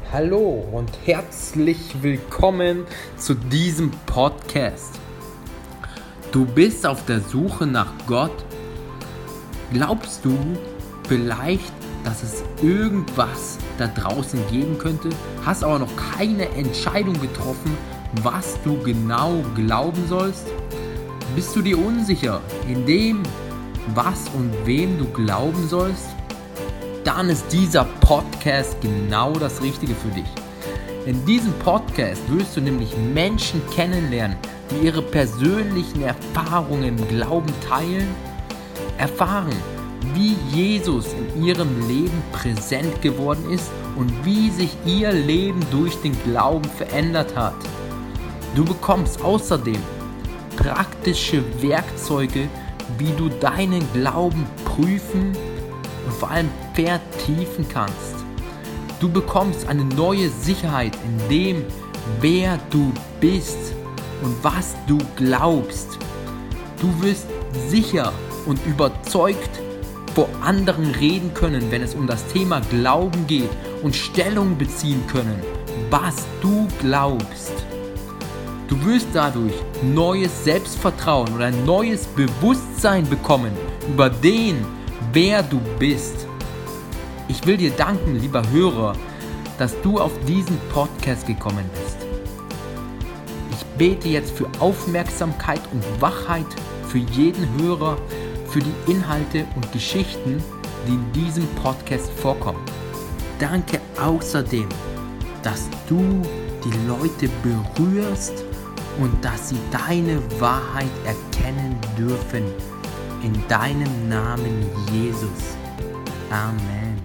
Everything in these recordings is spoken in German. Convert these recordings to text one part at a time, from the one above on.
Hallo und herzlich willkommen zu diesem Podcast. Du bist auf der Suche nach Gott. Glaubst du vielleicht, dass es irgendwas da draußen geben könnte, hast aber noch keine Entscheidung getroffen, was du genau glauben sollst? Bist du dir unsicher in dem, was und wem du glauben sollst? Dann ist dieser Podcast genau das Richtige für dich. In diesem Podcast wirst du nämlich Menschen kennenlernen, die ihre persönlichen Erfahrungen im Glauben teilen, erfahren, wie Jesus in ihrem Leben präsent geworden ist und wie sich ihr Leben durch den Glauben verändert hat. Du bekommst außerdem praktische Werkzeuge, wie du deinen Glauben prüfen und vor allem vertiefen kannst. Du bekommst eine neue Sicherheit in dem, wer du bist und was du glaubst. Du wirst sicher und überzeugt vor anderen reden können, wenn es um das Thema Glauben geht und Stellung beziehen können, was du glaubst. Du wirst dadurch neues Selbstvertrauen oder ein neues Bewusstsein bekommen über den, wer du bist. Ich will dir danken, lieber Hörer, dass du auf diesen Podcast gekommen bist. Ich bete jetzt für Aufmerksamkeit und Wachheit für jeden Hörer, für die Inhalte und Geschichten, die in diesem Podcast vorkommen. Danke außerdem, dass du die Leute berührst und dass sie deine Wahrheit erkennen dürfen. In deinem Namen, Jesus. Amen.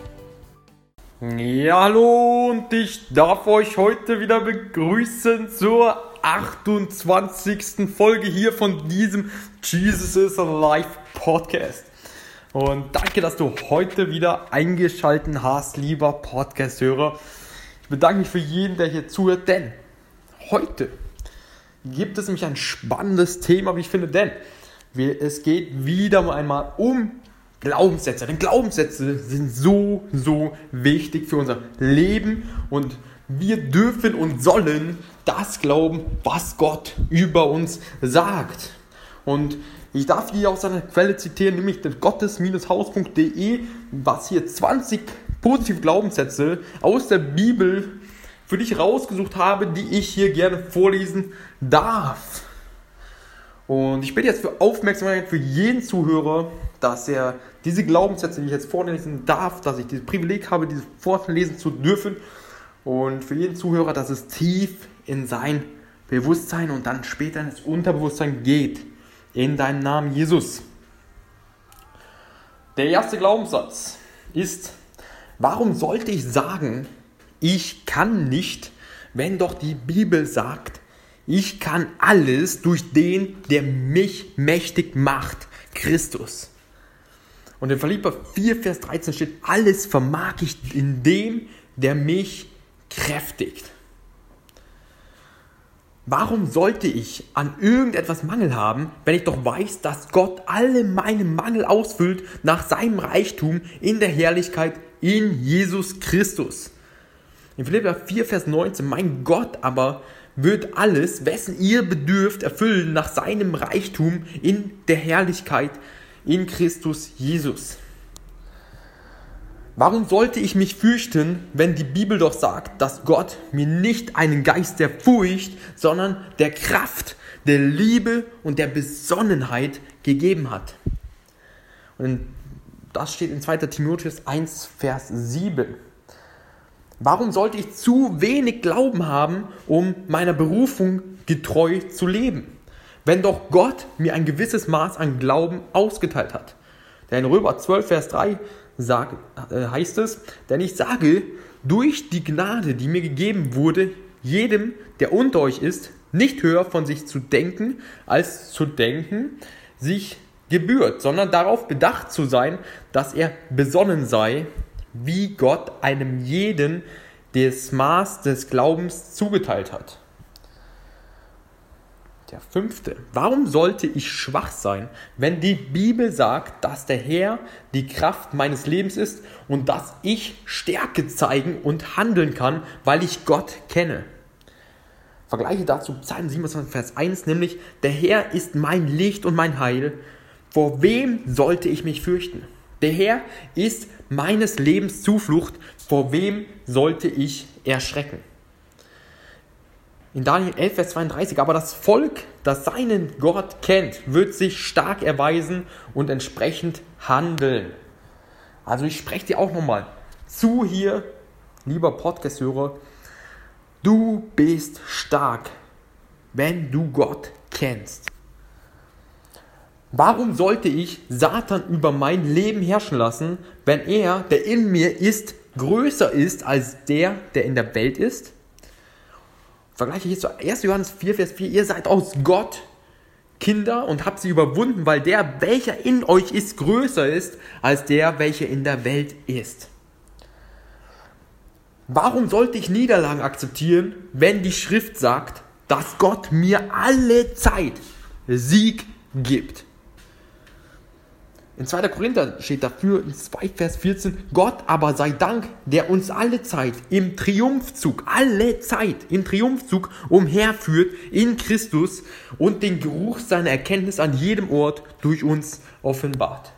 Ja, hallo und ich darf euch heute wieder begrüßen zur 28. Folge hier von diesem Jesus is Alive Podcast. Und danke, dass du heute wieder eingeschaltet hast, lieber Podcast-Hörer. Ich bedanke mich für jeden, der hier zuhört, denn heute gibt es nämlich ein spannendes Thema, wie ich finde, denn es geht wieder einmal um Glaubenssätze. Denn Glaubenssätze sind so wichtig für unser Leben und wir dürfen und sollen das glauben, was Gott über uns sagt. Und ich darf hier aus einer Quelle zitieren, nämlich gottes-haus.de, was hier 20 positive Glaubenssätze aus der Bibel für dich rausgesucht habe, die ich hier gerne vorlesen darf. Und ich bitte jetzt für Aufmerksamkeit für jeden Zuhörer, dass er diese Glaubenssätze, die ich jetzt vorlesen darf, dass ich dieses Privileg habe, diese vorlesen zu dürfen. Und für jeden Zuhörer, dass es tief in sein Bewusstsein und dann später ins Unterbewusstsein geht. In deinem Namen, Jesus. Der erste Glaubenssatz ist: Warum sollte ich sagen, ich kann nicht, wenn doch die Bibel sagt, ich kann alles durch den, der mich mächtig macht, Christus. Und in Philipper 4, Vers 13 steht, alles vermag ich in dem, der mich kräftigt. Warum sollte ich an irgendetwas Mangel haben, wenn ich doch weiß, dass Gott alle meine Mangel ausfüllt nach seinem Reichtum in der Herrlichkeit in Jesus Christus? In Philipper 4, Vers 19, mein Gott aber wird alles, wessen ihr bedürft, erfüllen nach seinem Reichtum in der Herrlichkeit in Christus Jesus. Warum sollte ich mich fürchten, wenn die Bibel doch sagt, dass Gott mir nicht einen Geist der Furcht, sondern der Kraft, der Liebe und der Besonnenheit gegeben hat? Und das steht in 2. Timotheus 1, Vers 7. Warum sollte ich zu wenig Glauben haben, um meiner Berufung getreu zu leben, wenn doch Gott mir ein gewisses Maß an Glauben ausgeteilt hat? Denn in Römer 12, Vers 3 heißt es, denn ich sage, durch die Gnade, die mir gegeben wurde, jedem, der unter euch ist, nicht höher von sich zu denken, als zu denken sich gebührt, sondern darauf bedacht zu sein, dass er besonnen sei, wie Gott einem jeden das Maß des Glaubens zugeteilt hat. Der 5. Warum sollte ich schwach sein, wenn die Bibel sagt, dass der Herr die Kraft meines Lebens ist und dass ich Stärke zeigen und handeln kann, weil ich Gott kenne? Vergleiche dazu Psalm 27, Vers 1, nämlich: Der Herr ist mein Licht und mein Heil. Vor wem sollte ich mich fürchten? Der Herr ist meines Lebens Zuflucht. Vor wem sollte ich erschrecken? In Daniel 11, Vers 32, aber das Volk, das seinen Gott kennt, wird sich stark erweisen und entsprechend handeln. Also ich spreche dir auch nochmal zu hier, lieber Podcast-Hörer, du bist stark, wenn du Gott kennst. Warum sollte ich Satan über mein Leben herrschen lassen, wenn er, der in mir ist, größer ist als der in der Welt ist? Vergleiche hier zu 1. Johannes 4, Vers 4. Ihr seid aus Gott Kinder und habt sie überwunden, weil der, welcher in euch ist, größer ist als der, welcher in der Welt ist. Warum sollte ich Niederlagen akzeptieren, wenn die Schrift sagt, dass Gott mir alle Zeit Sieg gibt? In 2. Korinther steht dafür in 2 Vers 14, Gott aber sei Dank, der uns alle Zeit im Triumphzug umherführt in Christus und den Geruch seiner Erkenntnis an jedem Ort durch uns offenbart.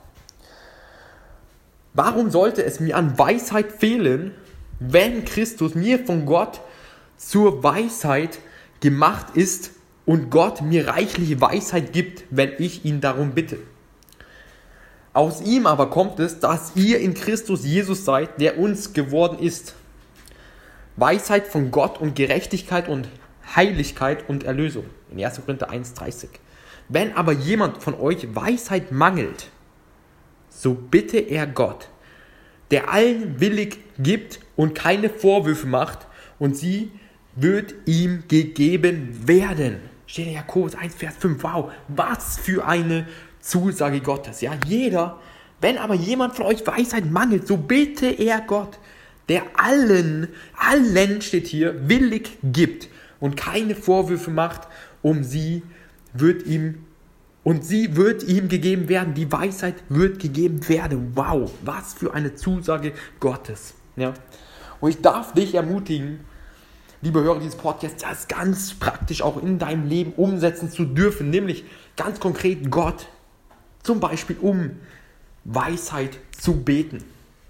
Warum sollte es mir an Weisheit fehlen, wenn Christus mir von Gott zur Weisheit gemacht ist und Gott mir reichliche Weisheit gibt, wenn ich ihn darum bitte? Aus ihm aber kommt es, dass ihr in Christus Jesus seid, der uns geworden ist. Weisheit von Gott und Gerechtigkeit und Heiligkeit und Erlösung. In 1. Korinther 1,30. Wenn aber jemand von euch Weisheit mangelt, so bitte er Gott, der allen willig gibt und keine Vorwürfe macht, und sie wird ihm gegeben werden. Steht in Jakobus 1, Vers 5. Wow, was für eine Zusage Gottes. Ja, wenn aber jemand von euch Weisheit mangelt, so bitte er Gott, der allen steht hier, willig gibt und keine Vorwürfe macht, sie wird ihm gegeben werden. Die Weisheit wird gegeben werden. Wow, was für eine Zusage Gottes. Ja. Und ich darf dich ermutigen, liebe Hörer dieses Podcasts, das ganz praktisch auch in deinem Leben umsetzen zu dürfen, nämlich ganz konkret Gott, zum Beispiel um Weisheit zu beten.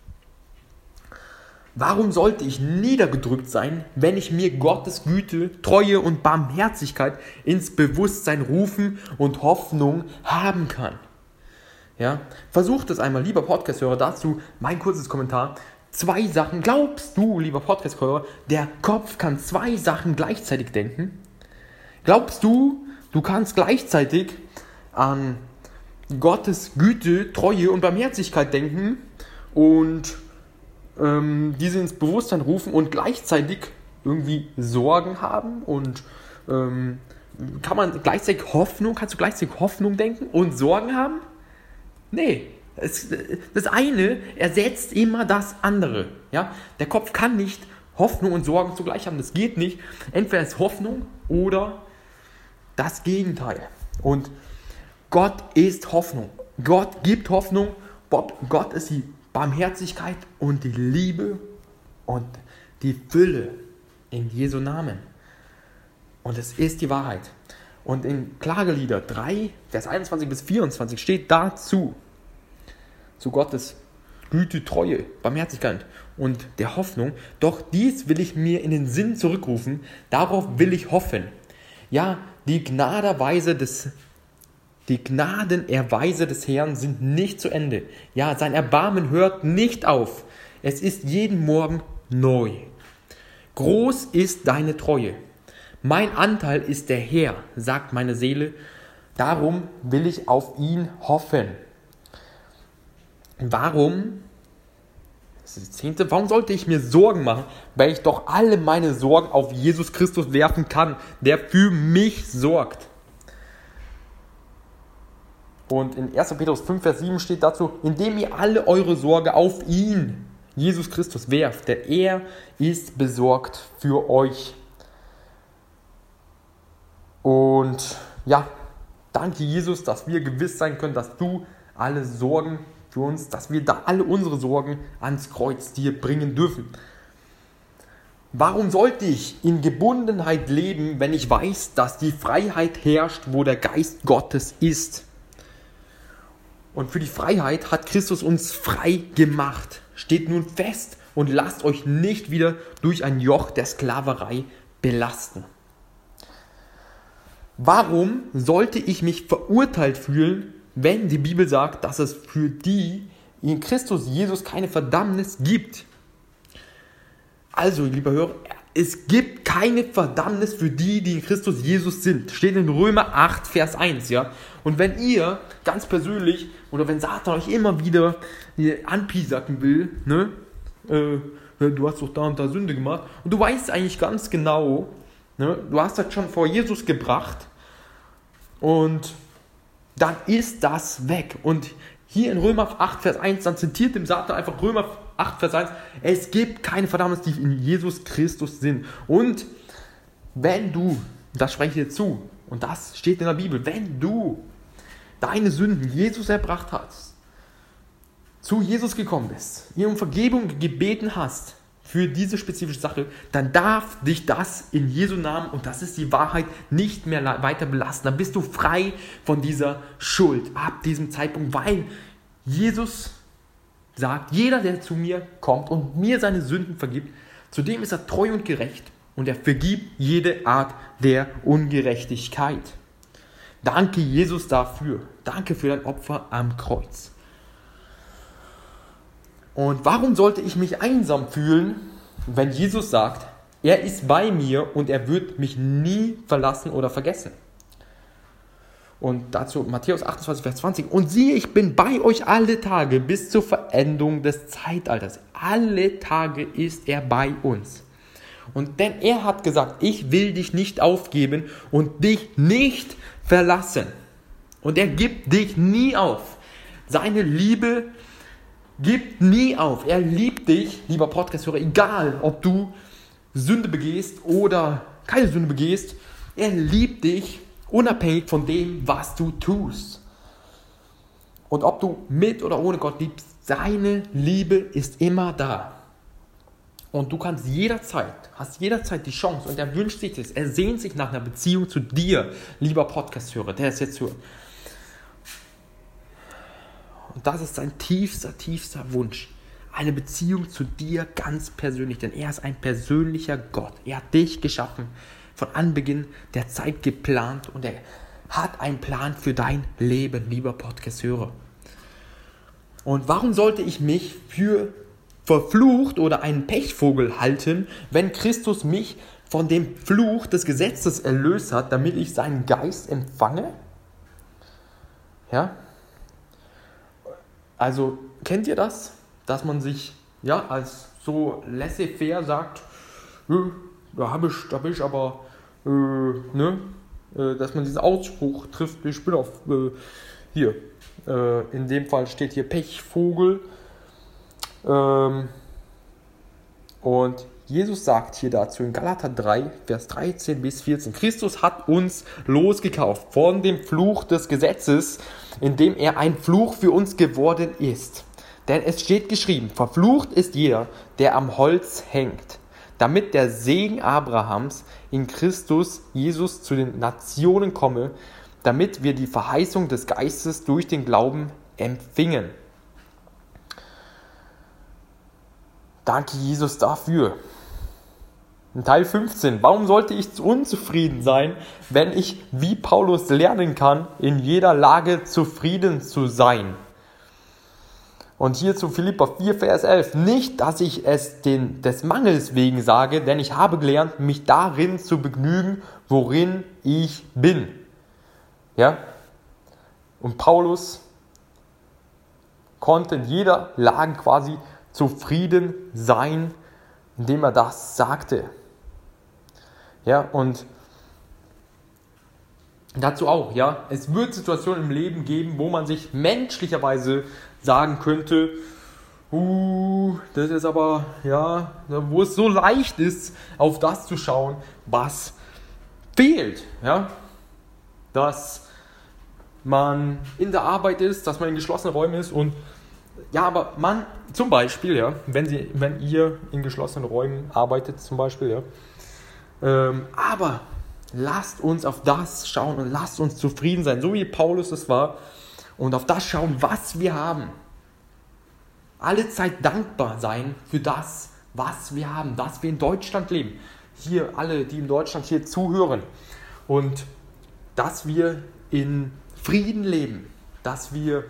Warum sollte ich niedergedrückt sein, wenn ich mir Gottes Güte, Treue und Barmherzigkeit ins Bewusstsein rufen und Hoffnung haben kann? Ja, versuch das einmal, lieber Podcast-Hörer, dazu mein kurzes Kommentar. 2 Sachen, glaubst du, lieber Podcast-Hörer, der Kopf kann 2 Sachen gleichzeitig denken? Glaubst du, du kannst gleichzeitig an Gottes Güte, Treue und Barmherzigkeit denken und diese ins Bewusstsein rufen und gleichzeitig irgendwie Sorgen haben und kannst du gleichzeitig Hoffnung denken und Sorgen haben? Nee, das eine ersetzt immer das andere. Ja? Der Kopf kann nicht Hoffnung und Sorgen zugleich haben, das geht nicht. Entweder ist Hoffnung oder das Gegenteil. Und Gott ist Hoffnung. Gott gibt Hoffnung. Gott ist die Barmherzigkeit und die Liebe und die Fülle in Jesu Namen. Und es ist die Wahrheit. Und in Klagelieder 3, Vers 21 bis 24 steht dazu, zu Gottes Güte, Treue, Barmherzigkeit und der Hoffnung, doch dies will ich mir in den Sinn zurückrufen, darauf will ich hoffen. Ja, die Gnadenerweise des Herrn sind nicht zu Ende. Ja, sein Erbarmen hört nicht auf. Es ist jeden Morgen neu. Groß ist deine Treue. Mein Anteil ist der Herr, sagt meine Seele. Darum will ich auf ihn hoffen. Warum? Das ist das 10. Warum sollte ich mir Sorgen machen, weil ich doch alle meine Sorgen auf Jesus Christus werfen kann, der für mich sorgt? Und in 1. Petrus 5, Vers 7 steht dazu, indem ihr alle eure Sorge auf ihn, Jesus Christus, werft, denn er ist besorgt für euch. Und ja, danke Jesus, dass wir gewiss sein können, dass du alle Sorgen für uns, dass wir da alle unsere Sorgen ans Kreuz dir bringen dürfen. Warum sollte ich in Gebundenheit leben, wenn ich weiß, dass die Freiheit herrscht, wo der Geist Gottes ist? Und für die Freiheit hat Christus uns frei gemacht. Steht nun fest und lasst euch nicht wieder durch ein Joch der Sklaverei belasten. Warum sollte ich mich verurteilt fühlen, wenn die Bibel sagt, dass es für die in Christus Jesus keine Verdammnis gibt? Also, lieber Hörer, es gibt keine Verdammnis für die, die in Christus Jesus sind. Steht in Römer 8, Vers 1, ja. Und wenn ihr ganz persönlich, oder wenn Satan euch immer wieder anpiesacken will, ne, du hast doch da und da Sünde gemacht, und du weißt eigentlich ganz genau, ne, du hast das schon vor Jesus gebracht, und dann ist das weg. Und hier in Römer 8, Vers 1, dann zitiert dem Satan einfach Römer 8, Vers 1, es gibt keine Verdammnis, die in Jesus Christus sind. Und wenn du, das spreche ich dir zu, und das steht in der Bibel, wenn du deine Sünden Jesus erbracht hast, zu Jesus gekommen bist, ihm um Vergebung gebeten hast für diese spezifische Sache, dann darf dich das in Jesu Namen, und das ist die Wahrheit, nicht mehr weiter belasten. Dann bist du frei von dieser Schuld ab diesem Zeitpunkt, weil Jesus sagt, jeder, der zu mir kommt und mir seine Sünden vergibt, zu dem ist er treu und gerecht, und er vergibt jede Art der Ungerechtigkeit. Danke, Jesus, dafür. Danke für dein Opfer am Kreuz. Und warum sollte ich mich einsam fühlen, wenn Jesus sagt, er ist bei mir und er wird mich nie verlassen oder vergessen? Und dazu Matthäus 28, Vers 20. Und siehe, ich bin bei euch alle Tage bis zur Vollendung des Zeitalters. Alle Tage ist er bei uns. Und denn er hat gesagt, ich will dich nicht aufgeben und dich nicht verlassen. Und er gibt dich nie auf. Seine Liebe gibt nie auf. Er liebt dich, lieber Podcast-Hörer, egal ob du Sünde begehst oder keine Sünde begehst. Er liebt dich unabhängig von dem, was du tust. Und ob du mit oder ohne Gott liebst, seine Liebe ist immer da. Und du kannst hast jederzeit die Chance, und er wünscht sich das, er sehnt sich nach einer Beziehung zu dir, lieber Podcast-Hörer, der es jetzt hört. Und das ist sein tiefster Wunsch. Eine Beziehung zu dir ganz persönlich, denn er ist ein persönlicher Gott. Er hat dich geschaffen, von Anbeginn der Zeit geplant, und er hat einen Plan für dein Leben, lieber Podcast-Hörer. Und warum sollte ich mich für verflucht oder einen Pechvogel halten, wenn Christus mich von dem Fluch des Gesetzes erlöst hat, damit ich seinen Geist empfange? Ja? Also, kennt ihr das? Dass man sich als so laissez-faire sagt, da bin ich aber, dass man diesen Ausspruch trifft, ich bin auf, in dem Fall steht hier Pechvogel, und Jesus sagt hier dazu in Galater 3, Vers 13 bis 14, Christus hat uns losgekauft von dem Fluch des Gesetzes, indem er ein Fluch für uns geworden ist. Denn es steht geschrieben, verflucht ist jeder, der am Holz hängt, damit der Segen Abrahams in Christus Jesus zu den Nationen komme, damit wir die Verheißung des Geistes durch den Glauben empfingen. Danke, Jesus, dafür. In Teil 15. Warum sollte ich unzufrieden sein, wenn ich, wie Paulus, lernen kann, in jeder Lage zufrieden zu sein? Und hier zu Philipper 4, Vers 11. Nicht, dass ich es des Mangels wegen sage, denn ich habe gelernt, mich darin zu begnügen, worin ich bin. Ja? Und Paulus konnte in jeder Lage quasi zufrieden sein, indem er das sagte. Ja, und dazu auch, ja, es wird Situationen im Leben geben, wo man sich menschlicherweise sagen könnte, das ist aber, ja, wo es so leicht ist, auf das zu schauen, was fehlt, ja. dass man in der Arbeit ist, dass man in geschlossenen Räumen ist und ja, aber man, zum Beispiel, ja, wenn ihr in geschlossenen Räumen arbeitet, zum Beispiel, ja, aber lasst uns auf das schauen und lasst uns zufrieden sein, so wie Paulus es war, und auf das schauen, was wir haben. Alle Zeit dankbar sein für das, was wir haben, dass wir in Deutschland leben. Hier, alle, die in Deutschland hier zuhören. Und dass wir in Frieden leben, dass wir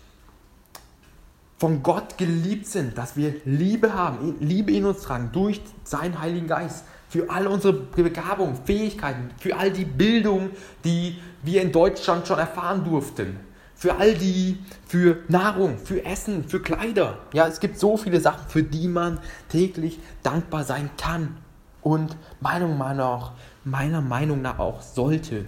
von Gott geliebt sind, dass wir Liebe haben, Liebe in uns tragen, durch seinen Heiligen Geist, für all unsere Begabungen, Fähigkeiten, für all die Bildung, die wir in Deutschland schon erfahren durften, für Nahrung, für Essen, für Kleider. Ja, es gibt so viele Sachen, für die man täglich dankbar sein kann und meiner Meinung nach auch sollte.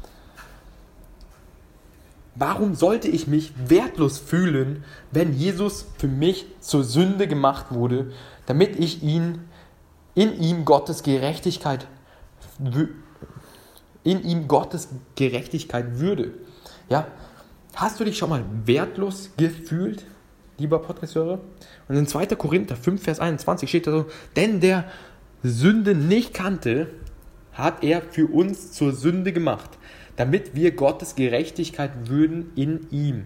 Warum sollte ich mich wertlos fühlen, wenn Jesus für mich zur Sünde gemacht wurde, damit ich in ihm Gottes Gerechtigkeit würde? Ja? Hast du dich schon mal wertlos gefühlt, lieber Podcast-Hörer? Und in 2. Korinther 5, Vers 21 steht da so: Denn der Sünde nicht kannte, hat er für uns zur Sünde gemacht, damit wir Gottes Gerechtigkeit würden in ihm.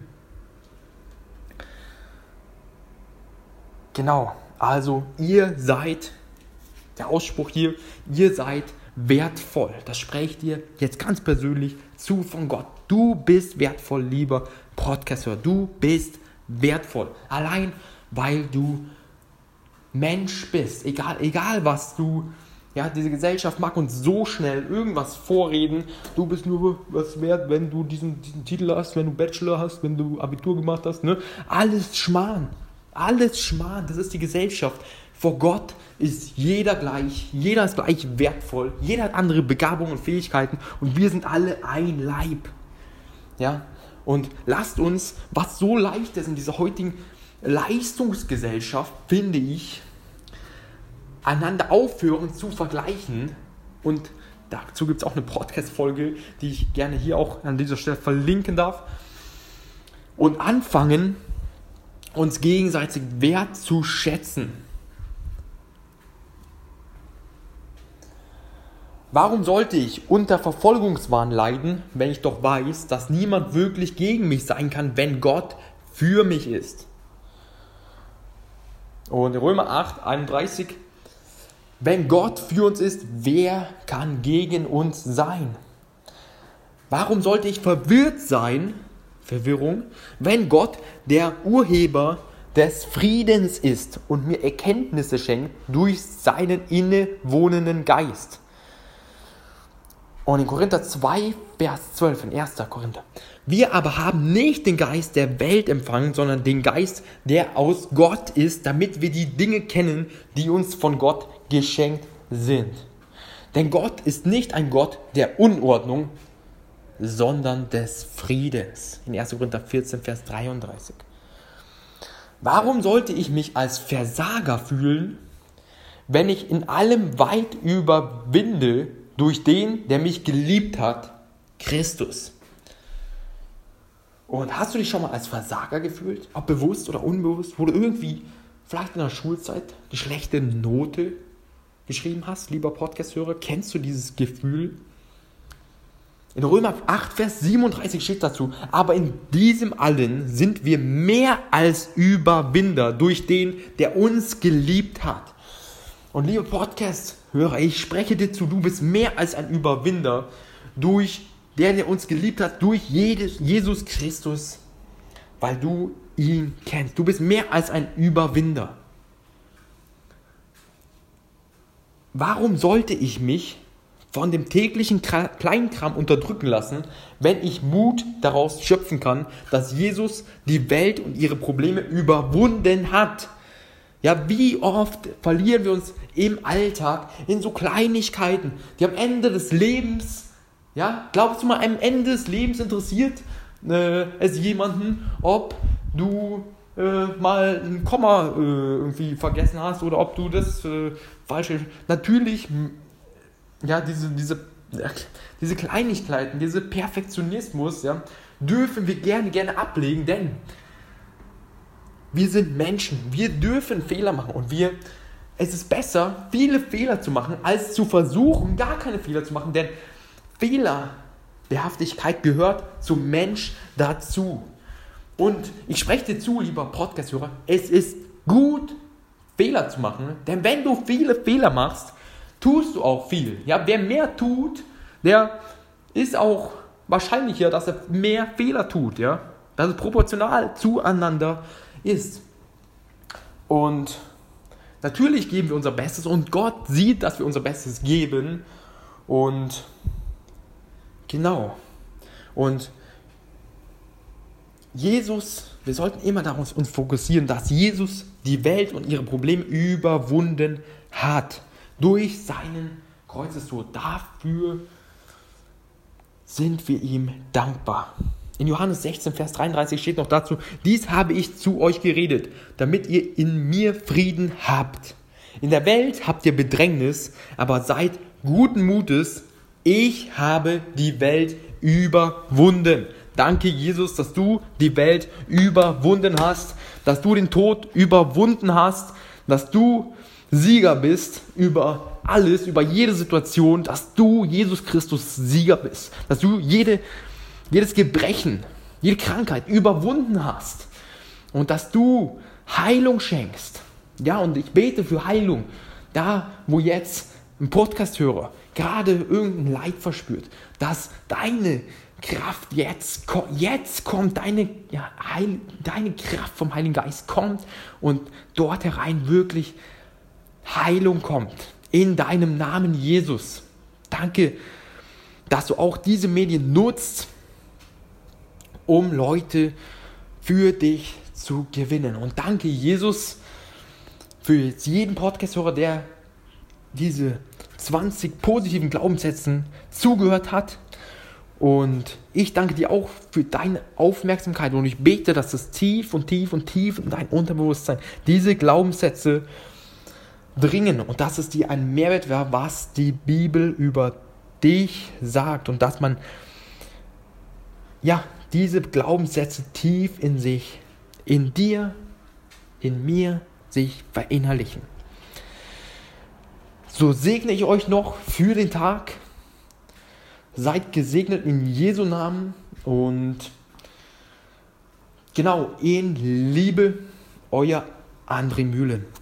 Genau, also ihr seid, der Ausspruch hier, ihr seid wertvoll. Das sprecht ihr jetzt ganz persönlich zu von Gott. Du bist wertvoll, lieber Podcaster. Du bist wertvoll. Allein, weil du Mensch bist. Egal was du... Ja, diese Gesellschaft mag uns so schnell irgendwas vorreden. Du bist nur was wert, wenn du diesen Titel hast, wenn du Bachelor hast, wenn du Abitur gemacht hast. Ne? Alles Schmarrn. Alles Schmarrn. Das ist die Gesellschaft. Vor Gott ist jeder gleich. Jeder ist gleich wertvoll. Jeder hat andere Begabungen und Fähigkeiten. Und wir sind alle ein Leib. Ja? Und lasst uns, was so leicht ist in dieser heutigen Leistungsgesellschaft, finde ich, einander aufhören zu vergleichen. Und dazu gibt es auch eine Podcast-Folge, die ich gerne hier auch an dieser Stelle verlinken darf. Und anfangen, uns gegenseitig wertzuschätzen. Warum sollte ich unter Verfolgungswahn leiden, wenn ich doch weiß, dass niemand wirklich gegen mich sein kann, wenn Gott für mich ist? Und Römer 8, 31: Wenn Gott für uns ist, wer kann gegen uns sein? Warum sollte ich verwirrt sein, Verwirrung, wenn Gott der Urheber des Friedens ist und mir Erkenntnisse schenkt durch seinen innewohnenden Geist? Und in Korinther 2, Vers 12, in 1. Korinther: Wir aber haben nicht den Geist der Welt empfangen, sondern den Geist, der aus Gott ist, damit wir die Dinge kennen, die uns von Gott geschenkt sind. Denn Gott ist nicht ein Gott der Unordnung, sondern des Friedens. In 1. Korinther 14, Vers 33. Warum sollte ich mich als Versager fühlen, wenn ich in allem weit überwinde durch den, der mich geliebt hat, Christus? Und hast du dich schon mal als Versager gefühlt? Ob bewusst oder unbewusst? Wo du irgendwie vielleicht in der Schulzeit eine schlechte Note geschrieben hast, lieber Podcast-Hörer? Kennst du dieses Gefühl? In Römer 8, Vers 37 steht dazu: Aber in diesem allen sind wir mehr als Überwinder durch den, der uns geliebt hat. Und liebe Podcast-Hörer, ich spreche dir zu, du bist mehr als ein Überwinder durch den, der uns geliebt hat, durch Jesus Christus, weil du ihn kennst. Du bist mehr als ein Überwinder. Warum sollte ich mich von dem täglichen Kleinkram unterdrücken lassen, wenn ich Mut daraus schöpfen kann, dass Jesus die Welt und ihre Probleme überwunden hat? Ja, wie oft verlieren wir uns im Alltag in so Kleinigkeiten, die am Ende des Lebens, ja, glaubst du mal, am Ende des Lebens interessiert es jemanden, ob du mal ein Komma irgendwie vergessen hast oder ob du das falsche... Natürlich, ja, diese diese Kleinigkeiten, diese Perfektionismus, ja, dürfen wir gerne ablegen, denn wir sind Menschen, wir dürfen Fehler machen und es ist besser, viele Fehler zu machen, als zu versuchen, gar keine Fehler zu machen, denn Fehlerbehaftigkeit gehört zum Mensch dazu. Und ich spreche dir zu, lieber Podcast-Hörer, es ist gut, Fehler zu machen, denn wenn du viele Fehler machst, tust du auch viel. Ja, wer mehr tut, der ist auch wahrscheinlicher, dass er mehr Fehler tut, ja, dass es proportional zueinander ist. Und natürlich geben wir unser Bestes und Gott sieht, dass wir unser Bestes geben und genau. Und Jesus, wir sollten immer darauf uns fokussieren, dass Jesus die Welt und ihre Probleme überwunden hat. Durch seinen Kreuzestod. Dafür sind wir ihm dankbar. In Johannes 16, Vers 33 steht noch dazu: Dies habe ich zu euch geredet, damit ihr in mir Frieden habt. In der Welt habt ihr Bedrängnis, aber seid guten Mutes. Ich habe die Welt überwunden. Danke, Jesus, dass du die Welt überwunden hast, dass du den Tod überwunden hast, dass du Sieger bist über alles, über jede Situation, dass du, Jesus Christus, Sieger bist, dass du jedes Gebrechen, jede Krankheit überwunden hast und dass du Heilung schenkst. Ja, und ich bete für Heilung, da wo jetzt ein Podcast-Hörer gerade irgendein Leid verspürt, dass deine Kraft jetzt kommt, deine Kraft vom Heiligen Geist kommt und dort herein wirklich Heilung kommt. In deinem Namen, Jesus. Danke, dass du auch diese Medien nutzt, um Leute für dich zu gewinnen. Und danke, Jesus, für jeden Podcast-Hörer, der diese 20 positiven Glaubenssätzen zugehört hat. Und ich danke dir auch für deine Aufmerksamkeit und ich bete, dass es tief und tief und tief in dein Unterbewusstsein diese Glaubenssätze dringen und dass es dir ein Mehrwert war, was die Bibel über dich sagt und dass man diese Glaubenssätze tief in sich, in dir, in mir sich verinnerlichen. So segne ich euch noch für den Tag. Seid gesegnet in Jesu Namen und genau, in Liebe, euer André Mühlen.